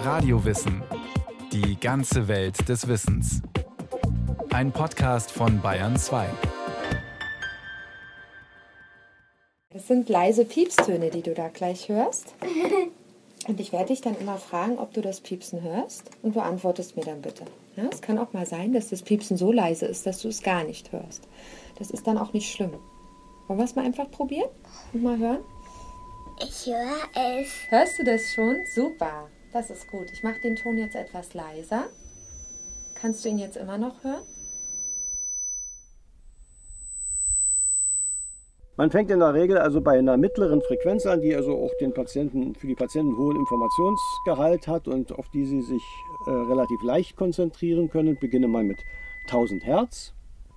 Radiowissen. Die ganze Welt des Wissens. Ein Podcast von Bayern 2. Das sind leise Piepstöne, die du da gleich hörst. Und ich werde dich dann immer fragen, ob du das Piepsen hörst. Und du antwortest mir dann bitte. Ja, es kann auch mal sein, dass das Piepsen so leise ist, dass du es gar nicht hörst. Das ist dann auch nicht schlimm. Wollen wir es mal einfach probieren und mal hören? Ich höre es. Hörst du das schon? Super, das ist gut. Ich mache den Ton jetzt etwas leiser. Kannst du ihn jetzt immer noch hören? Man fängt in der Regel also bei einer mittleren Frequenz an, die also auch für die Patienten hohen Informationsgehalt hat und auf die sie sich relativ leicht konzentrieren können. Beginne mal mit 1000 Hertz.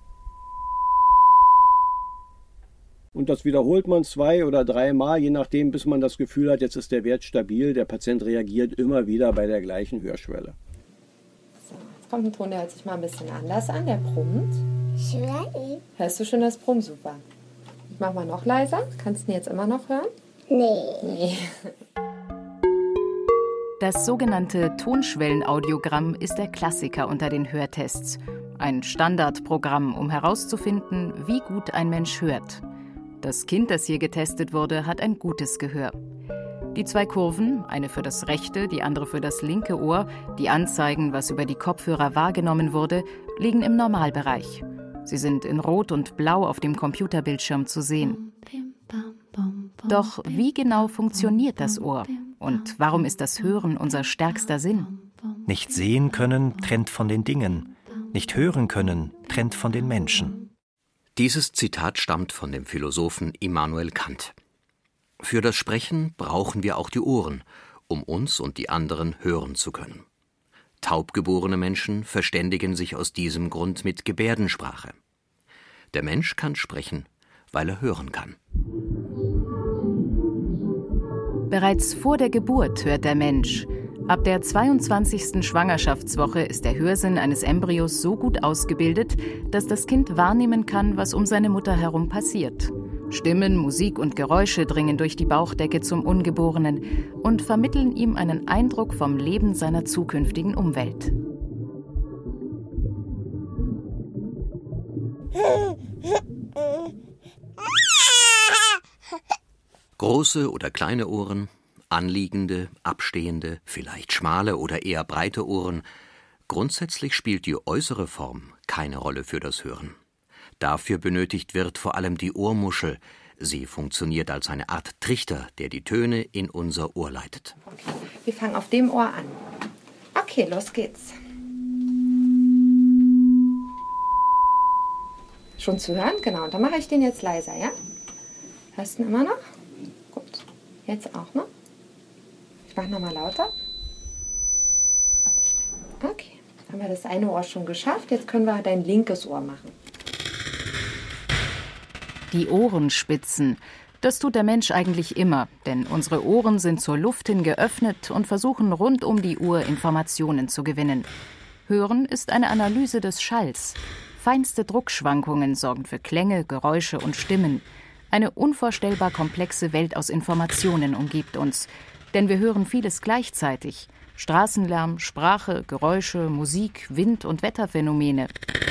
Und das wiederholt man 2 oder 3 Mal, je nachdem, bis man das Gefühl hat, jetzt ist der Wert stabil. Der Patient reagiert immer wieder bei der gleichen Hörschwelle. So, jetzt kommt ein Ton, der hört sich mal ein bisschen anders an, der brummt. Ich höre ihn. Hörst du schon das Brummen? Super. Ich mach mal noch leiser. Kannst du ihn jetzt immer noch hören? Nee. Das sogenannte Tonschwellenaudiogramm ist der Klassiker unter den Hörtests. Ein Standardprogramm, um herauszufinden, wie gut ein Mensch hört. Das Kind, das hier getestet wurde, hat ein gutes Gehör. Die 2 Kurven, eine für das rechte, die andere für das linke Ohr, die anzeigen, was über die Kopfhörer wahrgenommen wurde, liegen im Normalbereich. Sie sind in Rot und Blau auf dem Computerbildschirm zu sehen. Doch wie genau funktioniert das Ohr? Und warum ist das Hören unser stärkster Sinn? Nicht sehen können trennt von den Dingen. Nicht hören können trennt von den Menschen. Dieses Zitat stammt von dem Philosophen Immanuel Kant. Für das Sprechen brauchen wir auch die Ohren, um uns und die anderen hören zu können. Taubgeborene Menschen verständigen sich aus diesem Grund mit Gebärdensprache. Der Mensch kann sprechen, weil er hören kann. Bereits vor der Geburt hört der Mensch. Ab der 22. Schwangerschaftswoche ist der Hörsinn eines Embryos so gut ausgebildet, dass das Kind wahrnehmen kann, was um seine Mutter herum passiert. Stimmen, Musik und Geräusche dringen durch die Bauchdecke zum Ungeborenen und vermitteln ihm einen Eindruck vom Leben seiner zukünftigen Umwelt. Große oder kleine Ohren, anliegende, abstehende, vielleicht schmale oder eher breite Ohren. Grundsätzlich spielt die äußere Form keine Rolle für das Hören. Dafür benötigt wird vor allem die Ohrmuschel. Sie funktioniert als eine Art Trichter, der die Töne in unser Ohr leitet. Okay, wir fangen auf dem Ohr an. Okay, los geht's. Schon zu hören? Genau, und dann mache ich den jetzt leiser, ja? Hörst du ihn immer noch? Gut. Jetzt auch noch? Ich mache nochmal lauter. Okay, haben wir das eine Ohr schon geschafft. Jetzt können wir dein linkes Ohr machen. Die Ohrenspitzen, das tut der Mensch eigentlich immer, denn unsere Ohren sind zur Luft hin geöffnet und versuchen rund um die Uhr Informationen zu gewinnen. Hören ist eine Analyse des Schalls. Feinste Druckschwankungen sorgen für Klänge, Geräusche und Stimmen. Eine unvorstellbar komplexe Welt aus Informationen umgibt uns, denn wir hören vieles gleichzeitig. Straßenlärm, Sprache, Geräusche, Musik, Wind- und Wetterphänomene.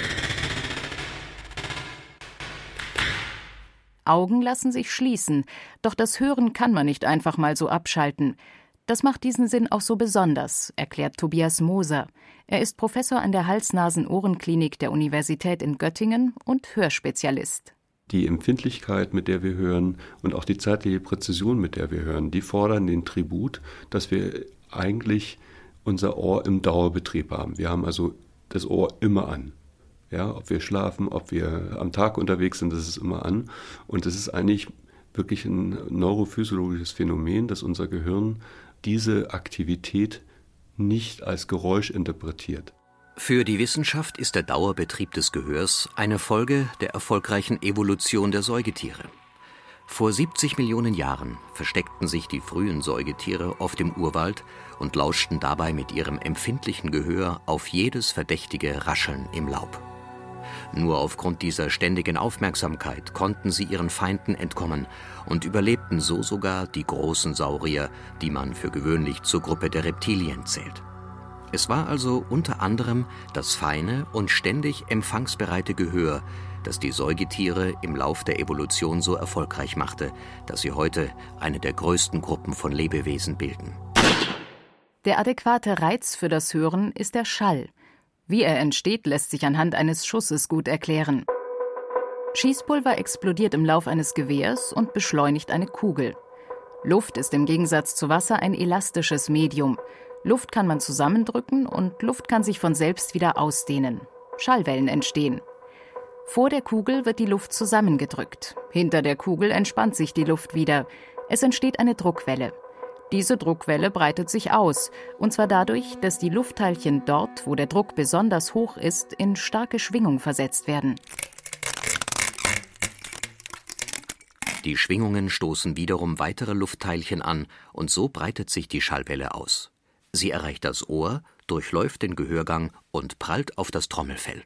Augen lassen sich schließen, doch das Hören kann man nicht einfach mal so abschalten. Das macht diesen Sinn auch so besonders, erklärt Tobias Moser. Er ist Professor an der Hals-Nasen-Ohren-Klinik der Universität in Göttingen und Hörspezialist. Die Empfindlichkeit, mit der wir hören und auch die zeitliche Präzision, mit der wir hören, die fordern den Tribut, dass wir eigentlich unser Ohr im Dauerbetrieb haben. Wir haben also das Ohr immer an. Ja, ob wir schlafen, ob wir am Tag unterwegs sind, das ist immer an. Und es ist eigentlich wirklich ein neurophysiologisches Phänomen, dass unser Gehirn diese Aktivität nicht als Geräusch interpretiert. Für die Wissenschaft ist der Dauerbetrieb des Gehörs eine Folge der erfolgreichen Evolution der Säugetiere. Vor 70 Millionen Jahren versteckten sich die frühen Säugetiere oft im Urwald und lauschten dabei mit ihrem empfindlichen Gehör auf jedes verdächtige Rascheln im Laub. Nur aufgrund dieser ständigen Aufmerksamkeit konnten sie ihren Feinden entkommen und überlebten so sogar die großen Saurier, die man für gewöhnlich zur Gruppe der Reptilien zählt. Es war also unter anderem das feine und ständig empfangsbereite Gehör, das die Säugetiere im Lauf der Evolution so erfolgreich machte, dass sie heute eine der größten Gruppen von Lebewesen bilden. Der adäquate Reiz für das Hören ist der Schall. Wie er entsteht, lässt sich anhand eines Schusses gut erklären. Schießpulver explodiert im Lauf eines Gewehrs und beschleunigt eine Kugel. Luft ist im Gegensatz zu Wasser ein elastisches Medium. Luft kann man zusammendrücken und Luft kann sich von selbst wieder ausdehnen. Schallwellen entstehen. Vor der Kugel wird die Luft zusammengedrückt. Hinter der Kugel entspannt sich die Luft wieder. Es entsteht eine Druckwelle. Diese Druckwelle breitet sich aus, und zwar dadurch, dass die Luftteilchen dort, wo der Druck besonders hoch ist, in starke Schwingung versetzt werden. Die Schwingungen stoßen wiederum weitere Luftteilchen an, und so breitet sich die Schallwelle aus. Sie erreicht das Ohr, durchläuft den Gehörgang und prallt auf das Trommelfell.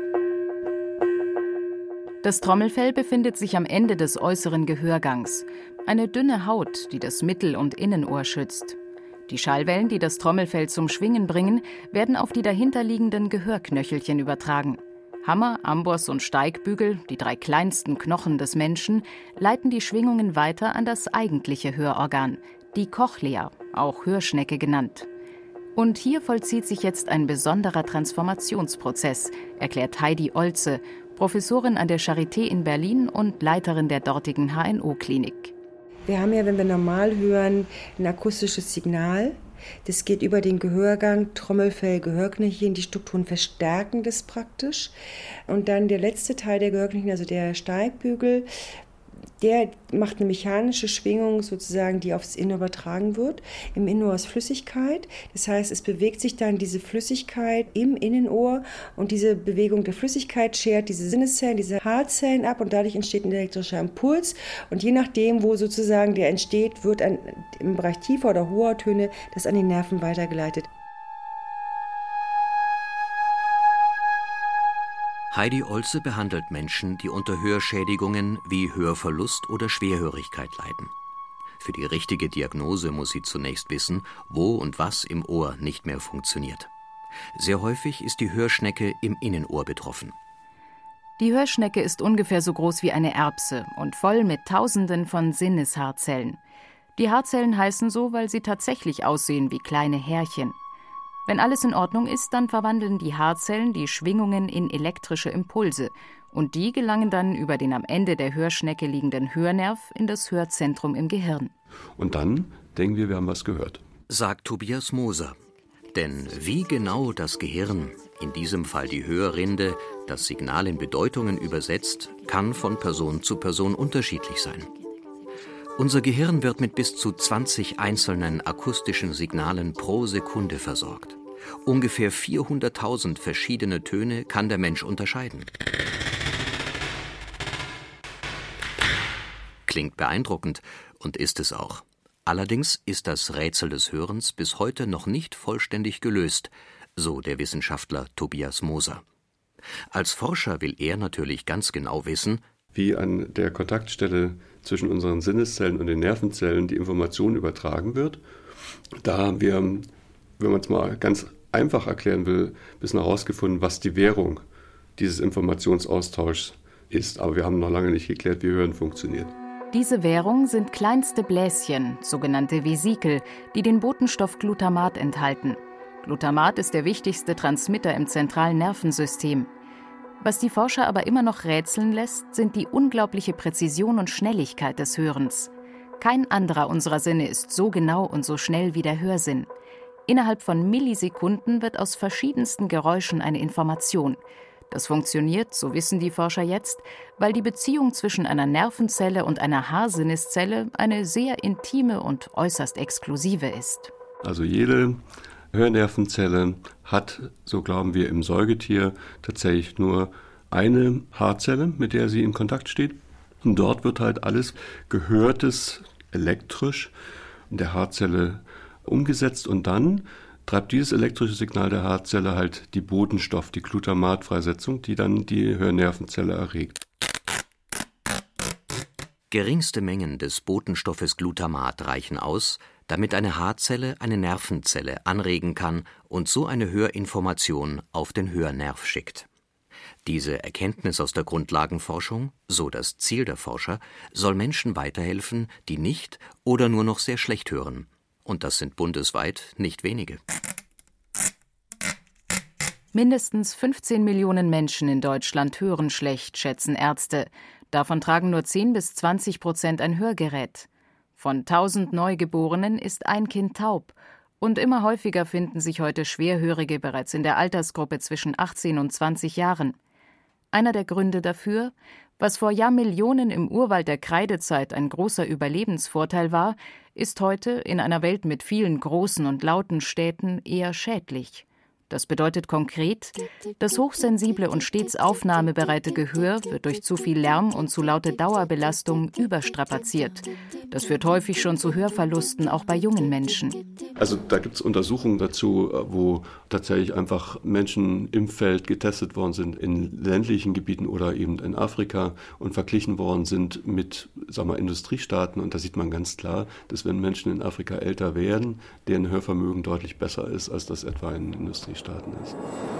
Das Trommelfell befindet sich am Ende des äußeren Gehörgangs. Eine dünne Haut, die das Mittel- und Innenohr schützt. Die Schallwellen, die das Trommelfell zum Schwingen bringen, werden auf die dahinterliegenden Gehörknöchelchen übertragen. Hammer, Amboss und Steigbügel, die 3 kleinsten Knochen des Menschen, leiten die Schwingungen weiter an das eigentliche Hörorgan, die Cochlea, auch Hörschnecke genannt. Und hier vollzieht sich jetzt ein besonderer Transformationsprozess, erklärt Heidi Olze, Professorin an der Charité in Berlin und Leiterin der dortigen HNO-Klinik. Wir haben ja, wenn wir normal hören, ein akustisches Signal. Das geht über den Gehörgang, Trommelfell, Gehörknöchelchen. Die Strukturen verstärken das praktisch. Und dann der letzte Teil der Gehörknöchelchen, also der Steigbügel, der macht eine mechanische Schwingung sozusagen, die aufs Innenohr übertragen wird. Im Innenohr ist Flüssigkeit. Das heißt, es bewegt sich dann diese Flüssigkeit im Innenohr und diese Bewegung der Flüssigkeit schert diese Sinneszellen, diese Haarzellen ab und dadurch entsteht ein elektrischer Impuls. Und je nachdem, wo sozusagen der entsteht, wird im Bereich tiefer oder hoher Töne das an die Nerven weitergeleitet. Heidi Olze behandelt Menschen, die unter Hörschädigungen wie Hörverlust oder Schwerhörigkeit leiden. Für die richtige Diagnose muss sie zunächst wissen, wo und was im Ohr nicht mehr funktioniert. Sehr häufig ist die Hörschnecke im Innenohr betroffen. Die Hörschnecke ist ungefähr so groß wie eine Erbse und voll mit Tausenden von Sinneshaarzellen. Die Haarzellen heißen so, weil sie tatsächlich aussehen wie kleine Härchen. Wenn alles in Ordnung ist, dann verwandeln die Haarzellen die Schwingungen in elektrische Impulse und die gelangen dann über den am Ende der Hörschnecke liegenden Hörnerv in das Hörzentrum im Gehirn. Und dann denken wir haben was gehört. Sagt Tobias Moser. Denn wie genau das Gehirn, in diesem Fall die Hörrinde, das Signal in Bedeutungen übersetzt, kann von Person zu Person unterschiedlich sein. Unser Gehirn wird mit bis zu 20 einzelnen akustischen Signalen pro Sekunde versorgt. Ungefähr 400.000 verschiedene Töne kann der Mensch unterscheiden. Klingt beeindruckend und ist es auch. Allerdings ist das Rätsel des Hörens bis heute noch nicht vollständig gelöst, so der Wissenschaftler Tobias Moser. Als Forscher will er natürlich ganz genau wissen, wie an der Kontaktstelle zwischen unseren Sinneszellen und den Nervenzellen die Information übertragen wird. Da haben wir, wenn man es mal ganz einfach erklären will, ein bisschen herausgefunden, was die Währung dieses Informationsaustauschs ist. Aber wir haben noch lange nicht geklärt, wie Hören funktioniert. Diese Währung sind kleinste Bläschen, sogenannte Vesikel, die den Botenstoff Glutamat enthalten. Glutamat ist der wichtigste Transmitter im zentralen Nervensystem. Was die Forscher aber immer noch rätseln lässt, sind die unglaubliche Präzision und Schnelligkeit des Hörens. Kein anderer unserer Sinne ist so genau und so schnell wie der Hörsinn. Innerhalb von Millisekunden wird aus verschiedensten Geräuschen eine Information. Das funktioniert, so wissen die Forscher jetzt, weil die Beziehung zwischen einer Nervenzelle und einer Haarsinneszelle eine sehr intime und äußerst exklusive ist. Also jede Hörnervenzelle hat, so glauben wir im Säugetier, tatsächlich nur eine Haarzelle, mit der sie in Kontakt steht. Und dort wird halt alles Gehörtes elektrisch in der Haarzelle umgesetzt und dann treibt dieses elektrische Signal der Haarzelle halt die Botenstoff, die Glutamatfreisetzung, die dann die Hörnervenzelle erregt. Geringste Mengen des Botenstoffes Glutamat reichen aus, damit eine Haarzelle eine Nervenzelle anregen kann und so eine Hörinformation auf den Hörnerv schickt. Diese Erkenntnis aus der Grundlagenforschung, so das Ziel der Forscher, soll Menschen weiterhelfen, die nicht oder nur noch sehr schlecht hören. Und das sind bundesweit nicht wenige. Mindestens 15 Millionen Menschen in Deutschland hören schlecht, schätzen Ärzte. Davon tragen nur 10-20% ein Hörgerät. Von 1000 Neugeborenen ist ein Kind taub. Und immer häufiger finden sich heute Schwerhörige bereits in der Altersgruppe zwischen 18 und 20 Jahren. Einer der Gründe dafür: was vor Jahrmillionen im Urwald der Kreidezeit ein großer Überlebensvorteil war, ist heute in einer Welt mit vielen großen und lauten Städten eher schädlich. Das bedeutet konkret, das hochsensible und stets aufnahmebereite Gehör wird durch zu viel Lärm und zu laute Dauerbelastung überstrapaziert. Das führt häufig schon zu Hörverlusten, auch bei jungen Menschen. Also da gibt es Untersuchungen dazu, wo tatsächlich einfach Menschen im Feld getestet worden sind, in ländlichen Gebieten oder eben in Afrika, und verglichen worden sind mit, Industriestaaten. Und da sieht man ganz klar, dass wenn Menschen in Afrika älter werden, deren Hörvermögen deutlich besser ist, als das etwa in Industriestaaten ist.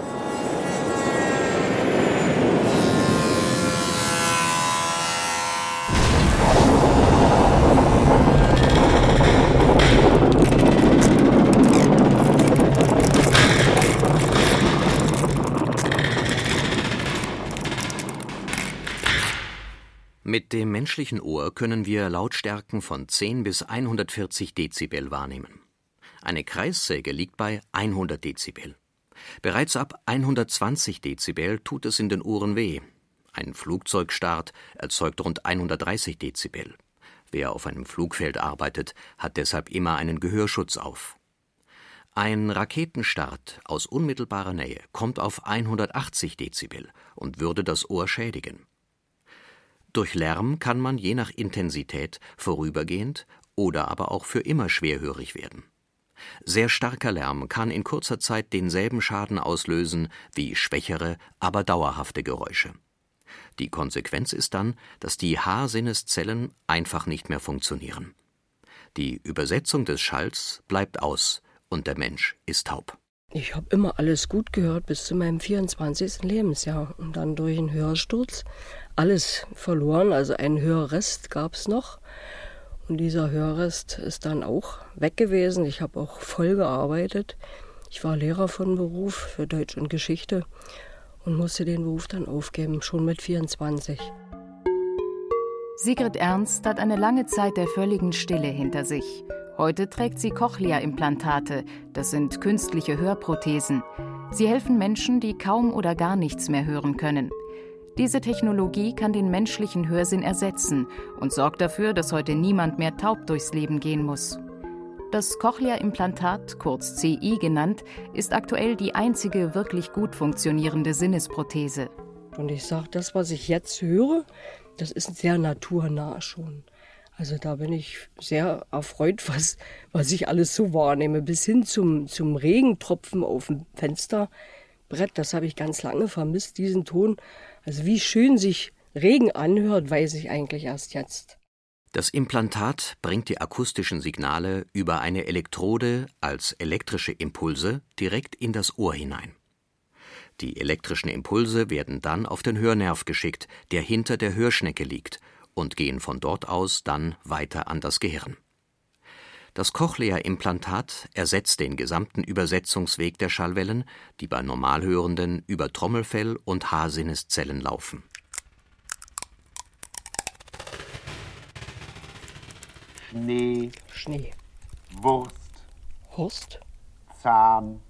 Mit dem menschlichen Ohr können wir Lautstärken von 10 bis 140 Dezibel wahrnehmen. Eine Kreissäge liegt bei 100 Dezibel. Bereits ab 120 Dezibel tut es in den Ohren weh. Ein Flugzeugstart erzeugt rund 130 Dezibel. Wer auf einem Flugfeld arbeitet, hat deshalb immer einen Gehörschutz auf. Ein Raketenstart aus unmittelbarer Nähe kommt auf 180 Dezibel und würde das Ohr schädigen. Durch Lärm kann man je nach Intensität vorübergehend oder aber auch für immer schwerhörig werden. Sehr starker Lärm kann in kurzer Zeit denselben Schaden auslösen wie schwächere, aber dauerhafte Geräusche. Die Konsequenz ist dann, dass die Haarsinneszellen einfach nicht mehr funktionieren. Die Übersetzung des Schalls bleibt aus und der Mensch ist taub. Ich habe immer alles gut gehört bis zu meinem 24. Lebensjahr und dann durch einen Hörsturz alles verloren, also einen Hörrest gab es noch. Und dieser Hörrest ist dann auch weg gewesen. Ich habe auch voll gearbeitet. Ich war Lehrer von Beruf für Deutsch und Geschichte und musste den Beruf dann aufgeben, schon mit 24. Sigrid Ernst hat eine lange Zeit der völligen Stille hinter sich. Heute trägt sie Cochlea-Implantate, das sind künstliche Hörprothesen. Sie helfen Menschen, die kaum oder gar nichts mehr hören können. Diese Technologie kann den menschlichen Hörsinn ersetzen und sorgt dafür, dass heute niemand mehr taub durchs Leben gehen muss. Das Cochlea-Implantat, kurz CI genannt, ist aktuell die einzige wirklich gut funktionierende Sinnesprothese. Und ich sage, das, was ich jetzt höre, das ist sehr naturnah schon. Also da bin ich sehr erfreut, was ich alles so wahrnehme. Bis hin zum Regentropfen auf dem Fensterbrett, das habe ich ganz lange vermisst, diesen Ton. Also wie schön sich Regen anhört, weiß ich eigentlich erst jetzt. Das Implantat bringt die akustischen Signale über eine Elektrode als elektrische Impulse direkt in das Ohr hinein. Die elektrischen Impulse werden dann auf den Hörnerv geschickt, der hinter der Hörschnecke liegt, und gehen von dort aus dann weiter an das Gehirn. Das Cochlea-Implantat ersetzt den gesamten Übersetzungsweg der Schallwellen, die bei Normalhörenden über Trommelfell und Haarsinneszellen laufen. Schnee. Wurst. Zahn.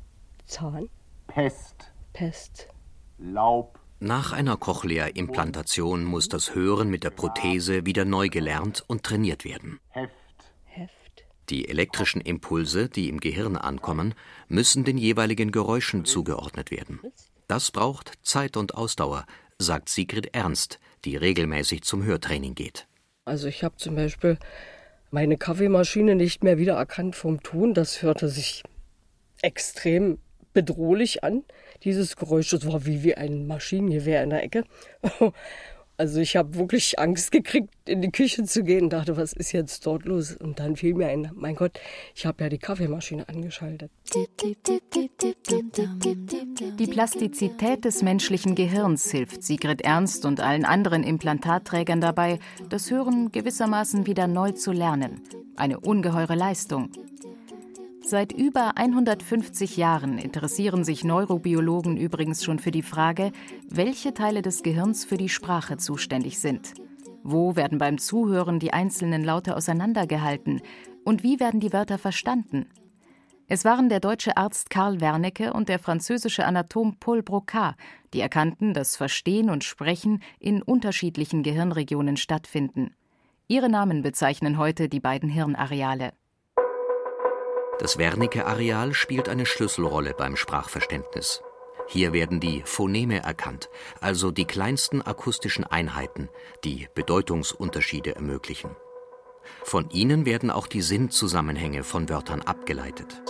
Pest. Laub. Nach einer Cochlea-Implantation muss das Hören mit der Prothese wieder neu gelernt und trainiert werden. Heft. Die elektrischen Impulse, die im Gehirn ankommen, müssen den jeweiligen Geräuschen zugeordnet werden. Das braucht Zeit und Ausdauer, sagt Sigrid Ernst, die regelmäßig zum Hörtraining geht. Also ich habe zum Beispiel meine Kaffeemaschine nicht mehr wiedererkannt vom Ton. Das hörte sich extrem bedrohlich an, dieses Geräusch. Das war wie ein Maschinengewehr in der Ecke. Also ich habe wirklich Angst gekriegt, in die Küche zu gehen und dachte, was ist jetzt dort los? Und dann fiel mir ein, mein Gott, ich habe ja die Kaffeemaschine angeschaltet. Die Plastizität des menschlichen Gehirns hilft Sigrid Ernst und allen anderen Implantatträgern dabei, das Hören gewissermaßen wieder neu zu lernen. Eine ungeheure Leistung. Seit über 150 Jahren interessieren sich Neurobiologen übrigens schon für die Frage, welche Teile des Gehirns für die Sprache zuständig sind. Wo werden beim Zuhören die einzelnen Laute auseinandergehalten und wie werden die Wörter verstanden? Es waren der deutsche Arzt Karl Wernicke und der französische Anatom Paul Broca, die erkannten, dass Verstehen und Sprechen in unterschiedlichen Gehirnregionen stattfinden. Ihre Namen bezeichnen heute die beiden Hirnareale. Das Wernicke-Areal spielt eine Schlüsselrolle beim Sprachverständnis. Hier werden die Phoneme erkannt, also die kleinsten akustischen Einheiten, die Bedeutungsunterschiede ermöglichen. Von ihnen werden auch die Sinnzusammenhänge von Wörtern abgeleitet.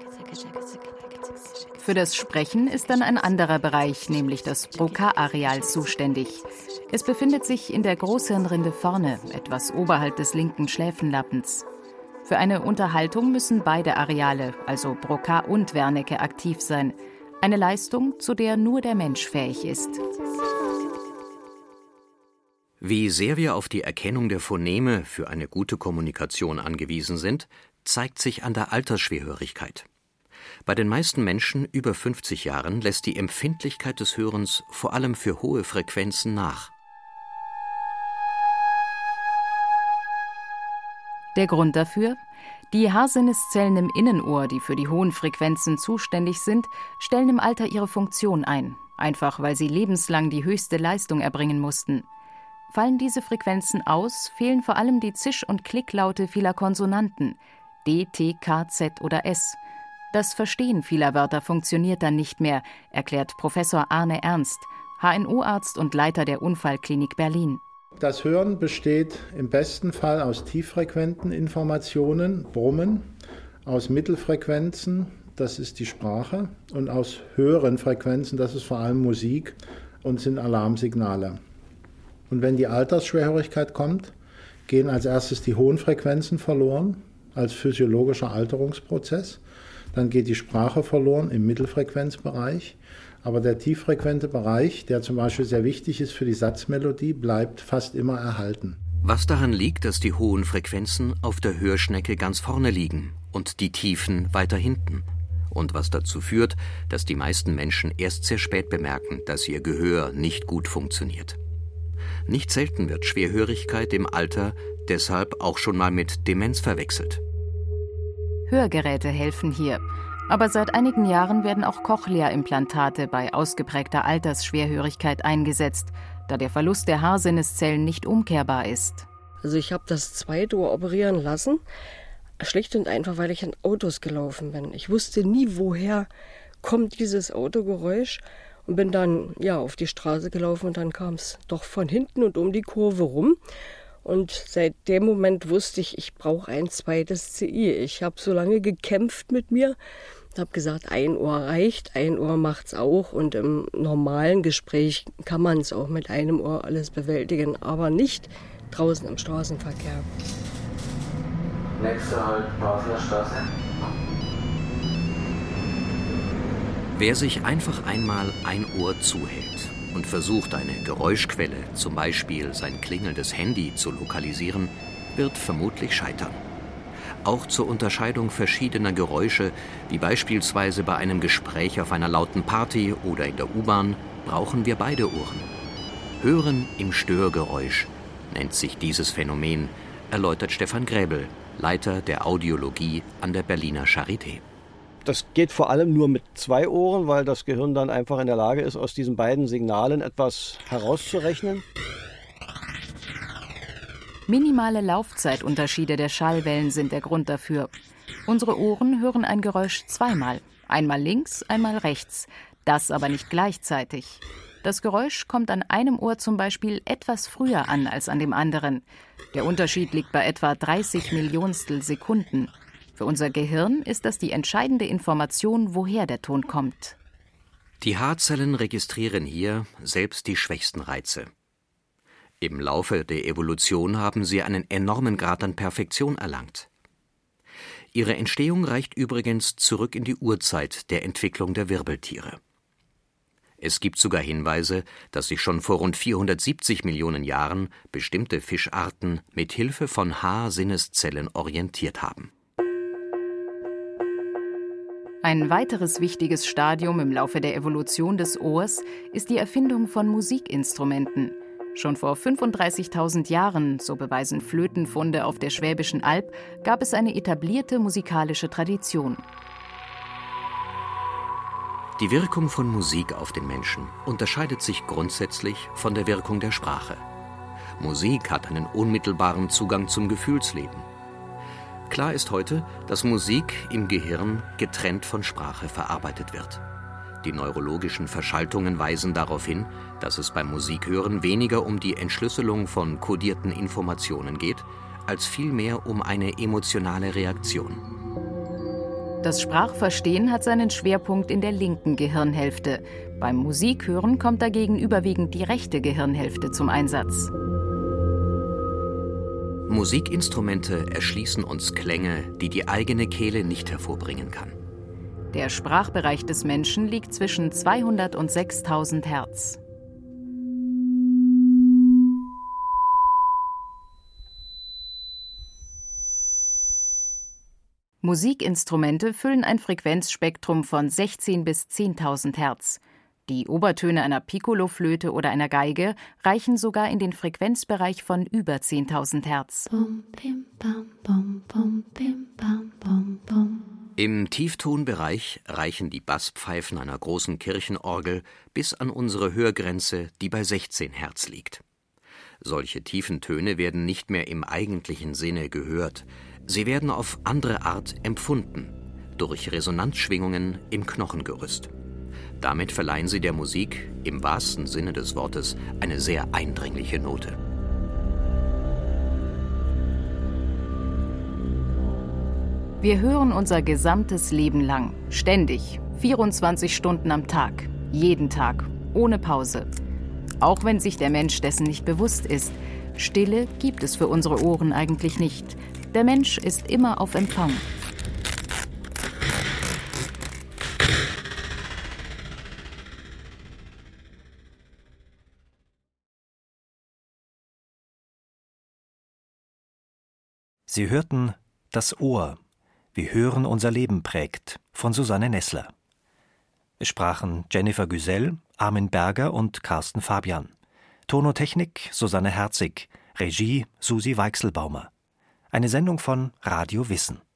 Für das Sprechen ist dann ein anderer Bereich, nämlich das Broca-Areal, zuständig. Es befindet sich in der Großhirnrinde vorne, etwas oberhalb des linken Schläfenlappens. Für eine Unterhaltung müssen beide Areale, also Broca und Wernicke, aktiv sein. Eine Leistung, zu der nur der Mensch fähig ist. Wie sehr wir auf die Erkennung der Phoneme für eine gute Kommunikation angewiesen sind, zeigt sich an der Altersschwerhörigkeit. Bei den meisten Menschen über 50 Jahren lässt die Empfindlichkeit des Hörens vor allem für hohe Frequenzen nach. Der Grund dafür? Die Haarsinneszellen im Innenohr, die für die hohen Frequenzen zuständig sind, stellen im Alter ihre Funktion ein, einfach weil sie lebenslang die höchste Leistung erbringen mussten. Fallen diese Frequenzen aus, fehlen vor allem die Zisch- und Klicklaute vieler Konsonanten, D, T, K, Z oder S. Das Verstehen vieler Wörter funktioniert dann nicht mehr, erklärt Professor Arne Ernst, HNO-Arzt und Leiter der Unfallklinik Berlin. Das Hören besteht im besten Fall aus tieffrequenten Informationen, Brummen, aus Mittelfrequenzen, das ist die Sprache, und aus höheren Frequenzen, das ist vor allem Musik und sind Alarmsignale. Und wenn die Altersschwerhörigkeit kommt, gehen als erstes die hohen Frequenzen verloren, als physiologischer Alterungsprozess. Dann geht die Sprache verloren im Mittelfrequenzbereich. Aber der tieffrequente Bereich, der zum Beispiel sehr wichtig ist für die Satzmelodie, bleibt fast immer erhalten. Was daran liegt, dass die hohen Frequenzen auf der Hörschnecke ganz vorne liegen und die tiefen weiter hinten. Und was dazu führt, dass die meisten Menschen erst sehr spät bemerken, dass ihr Gehör nicht gut funktioniert. Nicht selten wird Schwerhörigkeit im Alter deshalb auch schon mal mit Demenz verwechselt. Hörgeräte helfen hier. Aber seit einigen Jahren werden auch Cochlea-Implantate bei ausgeprägter Altersschwerhörigkeit eingesetzt, da der Verlust der Haarsinneszellen nicht umkehrbar ist. Also ich habe das zweite Ohr operieren lassen, schlicht und einfach, weil ich in Autos gelaufen bin. Ich wusste nie, woher kommt dieses Autogeräusch und bin dann auf die Straße gelaufen und dann kam es doch von hinten und um die Kurve rum. Und seit dem Moment wusste ich, ich brauche ein zweites CI. Ich habe so lange gekämpft mit mir und habe gesagt, ein Ohr reicht, ein Ohr macht's auch. Und im normalen Gespräch kann man es auch mit einem Ohr alles bewältigen, aber nicht draußen im Straßenverkehr. Nächster Halt, Basler Straße. Wer sich einfach einmal ein Ohr zuhält und versucht, eine Geräuschquelle, zum Beispiel sein klingelndes Handy, zu lokalisieren, wird vermutlich scheitern. Auch zur Unterscheidung verschiedener Geräusche, wie beispielsweise bei einem Gespräch auf einer lauten Party oder in der U-Bahn, brauchen wir beide Ohren. Hören im Störgeräusch nennt sich dieses Phänomen, erläutert Stefan Gräbel, Leiter der Audiologie an der Berliner Charité. Das geht vor allem nur mit 2 Ohren, weil das Gehirn dann einfach in der Lage ist, aus diesen beiden Signalen etwas herauszurechnen. Minimale Laufzeitunterschiede der Schallwellen sind der Grund dafür. Unsere Ohren hören ein Geräusch zweimal, einmal links, einmal rechts, das aber nicht gleichzeitig. Das Geräusch kommt an einem Ohr zum Beispiel etwas früher an als an dem anderen. Der Unterschied liegt bei etwa 30 Millionstel Sekunden. Für unser Gehirn ist das die entscheidende Information, woher der Ton kommt. Die Haarzellen registrieren hier selbst die schwächsten Reize. Im Laufe der Evolution haben sie einen enormen Grad an Perfektion erlangt. Ihre Entstehung reicht übrigens zurück in die Urzeit der Entwicklung der Wirbeltiere. Es gibt sogar Hinweise, dass sich schon vor rund 470 Millionen Jahren bestimmte Fischarten mit Hilfe von Haarsinneszellen orientiert haben. Ein weiteres wichtiges Stadium im Laufe der Evolution des Ohrs ist die Erfindung von Musikinstrumenten. Schon vor 35.000 Jahren, so beweisen Flötenfunde auf der Schwäbischen Alb, gab es eine etablierte musikalische Tradition. Die Wirkung von Musik auf den Menschen unterscheidet sich grundsätzlich von der Wirkung der Sprache. Musik hat einen unmittelbaren Zugang zum Gefühlsleben. Klar ist heute, dass Musik im Gehirn getrennt von Sprache verarbeitet wird. Die neurologischen Verschaltungen weisen darauf hin, dass es beim Musikhören weniger um die Entschlüsselung von kodierten Informationen geht, als vielmehr um eine emotionale Reaktion. Das Sprachverstehen hat seinen Schwerpunkt in der linken Gehirnhälfte. Beim Musikhören kommt dagegen überwiegend die rechte Gehirnhälfte zum Einsatz. Musikinstrumente erschließen uns Klänge, die die eigene Kehle nicht hervorbringen kann. Der Sprachbereich des Menschen liegt zwischen 200 und 6000 Hertz. Musikinstrumente füllen ein Frequenzspektrum von 16 bis 10.000 Hertz. Die Obertöne einer Piccoloflöte oder einer Geige reichen sogar in den Frequenzbereich von über 10.000 Hertz. Im Tieftonbereich reichen die Basspfeifen einer großen Kirchenorgel bis an unsere Hörgrenze, die bei 16 Hertz liegt. Solche tiefen Töne werden nicht mehr im eigentlichen Sinne gehört. Sie werden auf andere Art empfunden, durch Resonanzschwingungen im Knochengerüst. Damit verleihen sie der Musik, im wahrsten Sinne des Wortes, eine sehr eindringliche Note. Wir hören unser gesamtes Leben lang, ständig, 24 Stunden am Tag, jeden Tag, ohne Pause. Auch wenn sich der Mensch dessen nicht bewusst ist, Stille gibt es für unsere Ohren eigentlich nicht. Der Mensch ist immer auf Empfang. Sie hörten Das Ohr, wie Hören unser Leben prägt, von Susanne Nessler. Es sprachen Jennifer Güsell, Armin Berger und Carsten Fabian. Tonotechnik Susanne Herzig, Regie Susi Weichselbaumer. Eine Sendung von Radio Wissen.